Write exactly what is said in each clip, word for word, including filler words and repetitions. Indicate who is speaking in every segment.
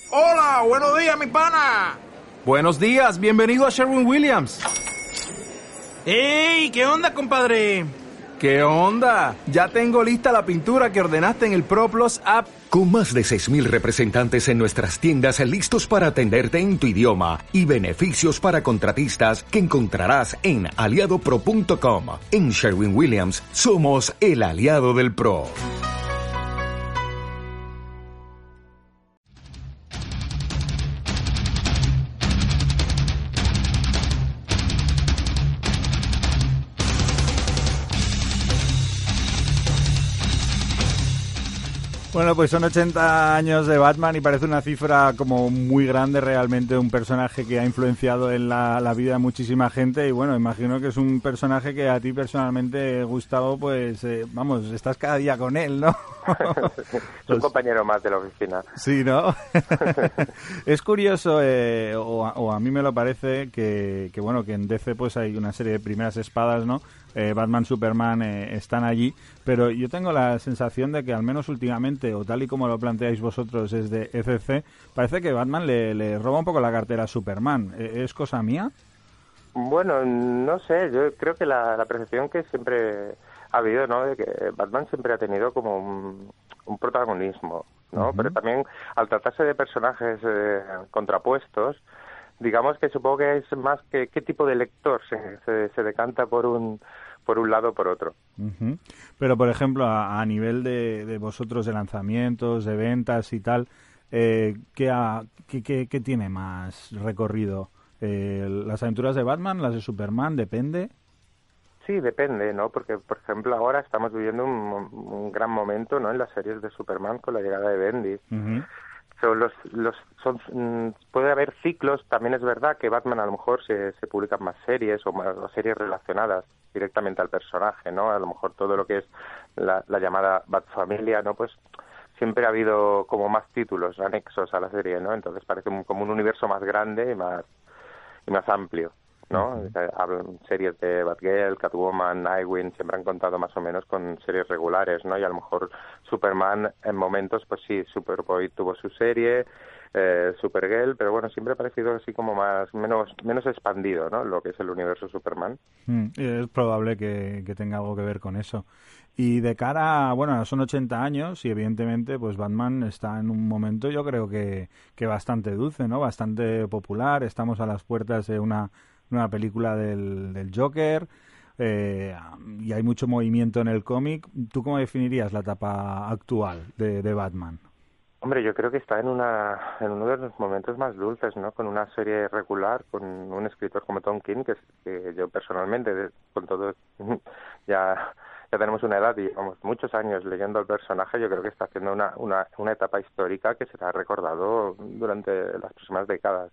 Speaker 1: Hola, buenos días, mi pana.
Speaker 2: Buenos días, bienvenido a Sherwin-Williams.
Speaker 1: ¡Ey! ¿Qué onda, compadre?
Speaker 2: ¿Qué onda? Ya tengo lista la pintura que ordenaste en el ProPlus app.
Speaker 3: Con más de seis mil representantes en nuestras tiendas listos para atenderte en tu idioma y beneficios para contratistas que encontrarás en aliado pro punto com. En Sherwin-Williams somos el aliado del pro.
Speaker 4: Bueno, pues son ochenta años de Batman y parece una cifra como muy grande realmente, un personaje que ha influenciado en la, la vida de muchísima gente y bueno, imagino que es un personaje que a ti personalmente, Gustavo, pues eh, vamos, estás cada día con él, ¿no?
Speaker 5: Es un pues, compañero más de la oficina.
Speaker 4: Sí, ¿no? Es curioso, eh, o, a, o a mí me lo parece, que, que bueno, que en D C pues hay una serie de primeras espadas, ¿no? Eh, Batman, Superman eh, están allí, pero yo tengo la sensación de que al menos últimamente, o tal y como lo planteáis vosotros desde F C, parece que Batman le, le roba un poco la cartera a Superman. ¿Es cosa mía?
Speaker 5: Bueno, no sé, yo creo que la, la percepción que siempre ha habido, ¿no?, de que Batman siempre ha tenido como un, un protagonismo, ¿no? Uh-huh. Pero también al tratarse de personajes eh, contrapuestos, digamos que supongo que es más que qué tipo de lector se, se, se decanta por un por un lado o por otro.
Speaker 4: Uh-huh. Pero, por ejemplo, a, a nivel de, de vosotros, de lanzamientos, de ventas y tal, eh, ¿qué, ha, qué, qué, ¿qué tiene más recorrido? Eh, ¿Las aventuras de Batman, las de Superman, depende?
Speaker 5: Sí, depende, ¿no? Porque, por ejemplo, ahora estamos viviendo un, un gran momento, ¿no?, en las series de Superman con la llegada de Bendis. Uh-huh. Son los, los, son, mmm, puede haber ciclos, también es verdad que Batman a lo mejor se, se publican más series o más o series relacionadas directamente al personaje, ¿no? A lo mejor todo lo que es la, la llamada Batfamilia, ¿no? Pues siempre ha habido como más títulos anexos a la serie, ¿no? Entonces parece un, como un universo más grande y más, y más amplio, ¿no? Uh-huh. Hablan series de Batgirl, Catwoman, Nightwing, siempre han contado más o menos con series regulares, ¿no? Y a lo mejor Superman en momentos, pues sí, Superboy tuvo su serie, eh, Supergirl, pero bueno, siempre ha parecido así como más, menos menos expandido, ¿no?, lo que es el universo Superman.
Speaker 4: Mm, es probable que, que tenga algo que ver con eso. Y de cara, bueno, son ochenta años y evidentemente pues Batman está en un momento, yo creo que, que bastante dulce, ¿no? Bastante popular, estamos a las puertas de una nueva película del, del Joker, eh, y hay mucho movimiento en el cómic. ¿Tú cómo definirías la etapa actual de, de Batman?
Speaker 5: Hombre, yo creo que está en una en uno de los momentos más dulces, ¿no? Con una serie regular, con un escritor como Tom King, que, que yo personalmente, con todo, ya ya tenemos una edad y llevamos muchos años leyendo el personaje. Yo creo que está haciendo una, una, una etapa histórica que será recordado durante las próximas décadas.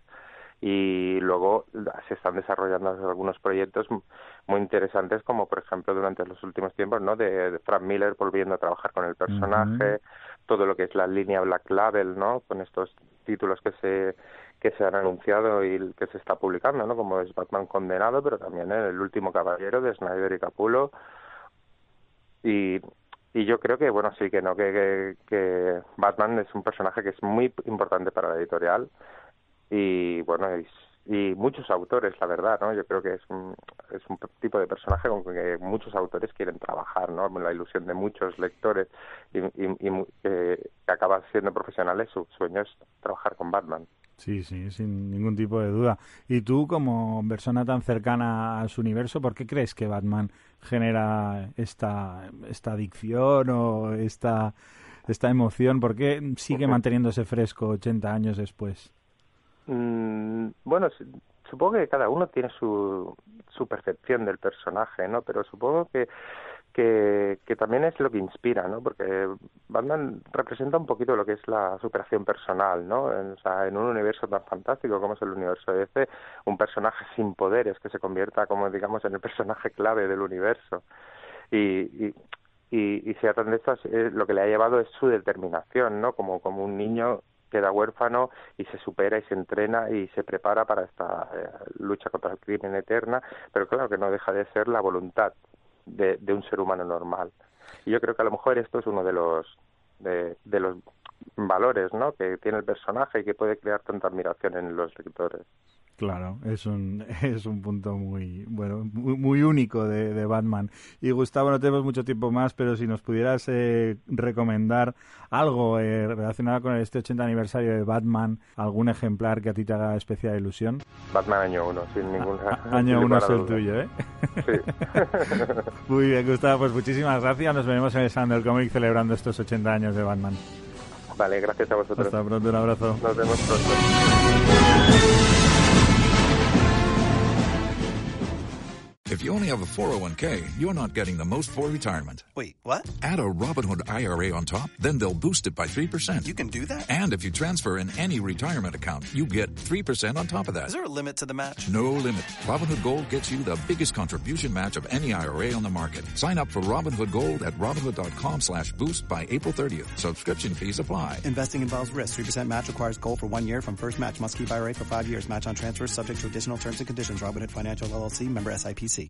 Speaker 5: Y luego se están desarrollando algunos proyectos muy interesantes, como por ejemplo durante los últimos tiempos, ¿no?, de, de Frank Miller volviendo a trabajar con el personaje, uh-huh. todo lo que es la línea Black Label, ¿no?, con estos títulos que se que se han anunciado y que se está publicando, ¿no?, como es Batman Condenado, pero también El Último Caballero de Snyder y Capullo. Y y yo creo que, bueno, sí que no que, que, que Batman es un personaje que es muy importante para la editorial. Y bueno, y, y muchos autores, la verdad, ¿no? Yo creo que es un, es un tipo de personaje con que muchos autores quieren trabajar, ¿no? La ilusión de muchos lectores y, y, y eh, que acaban siendo profesionales, su sueño es trabajar con Batman.
Speaker 4: Sí, sí, sin ningún tipo de duda. Y tú, como persona tan cercana a su universo, ¿por qué crees que Batman genera esta, esta adicción o esta, esta emoción? ¿Por qué sigue manteniéndose fresco ochenta años después?
Speaker 5: Mm, bueno, supongo que cada uno tiene su, su percepción del personaje, ¿no? Pero supongo que, que que también es lo que inspira, ¿no? Porque Batman representa un poquito lo que es la superación personal, ¿no? En, o sea, en un universo tan fantástico como es el universo de D C, un personaje sin poderes que se convierta, como digamos, en el personaje clave del universo. Y, y y, y si atan de estas, eh, lo que le ha llevado es su determinación, ¿no? Como como un niño queda huérfano y se supera y se entrena y se prepara para esta eh, lucha contra el crimen eterna, pero claro que no deja de ser la voluntad de, de un ser humano normal. Y yo creo que a lo mejor esto es uno de los de, de los valores, ¿no?, que tiene el personaje y que puede crear tanta admiración en los lectores.
Speaker 4: Claro, es un es un punto muy bueno, muy, muy único de, de Batman. Y Gustavo, no tenemos mucho tiempo más, pero si nos pudieras eh, recomendar algo eh, relacionado con este ochenta aniversario de Batman, algún ejemplar que a ti te haga especial ilusión.
Speaker 5: Batman año uno, sin ningún...
Speaker 4: A, año uno es el tuyo, ¿eh?
Speaker 5: Sí.
Speaker 4: Muy bien, Gustavo, pues muchísimas gracias. Nos veremos en el Salón del Cómic celebrando estos ochenta años de Batman.
Speaker 5: Vale, gracias a vosotros.
Speaker 4: Hasta pronto, un abrazo.
Speaker 5: Nos vemos pronto.
Speaker 6: If you only have a four oh one k, you're not getting the most for retirement.
Speaker 7: Wait, what?
Speaker 6: Add a Robinhood I R A on top, then they'll boost it by three percent.
Speaker 7: You can do that?
Speaker 6: And if you transfer in any retirement account, you get three percent on top of that.
Speaker 7: Is there a limit to the match?
Speaker 6: No limit. Robinhood Gold gets you the biggest contribution match of any I R A on the market. Sign up for Robinhood Gold at Robinhood.com slash boost by April thirtieth. Subscription fees apply.
Speaker 7: Investing involves risk. three percent match requires gold for one year from first match. Must keep I R A for five years. Match on transfers subject to additional terms and conditions. Robinhood Financial L L C, member S I P C.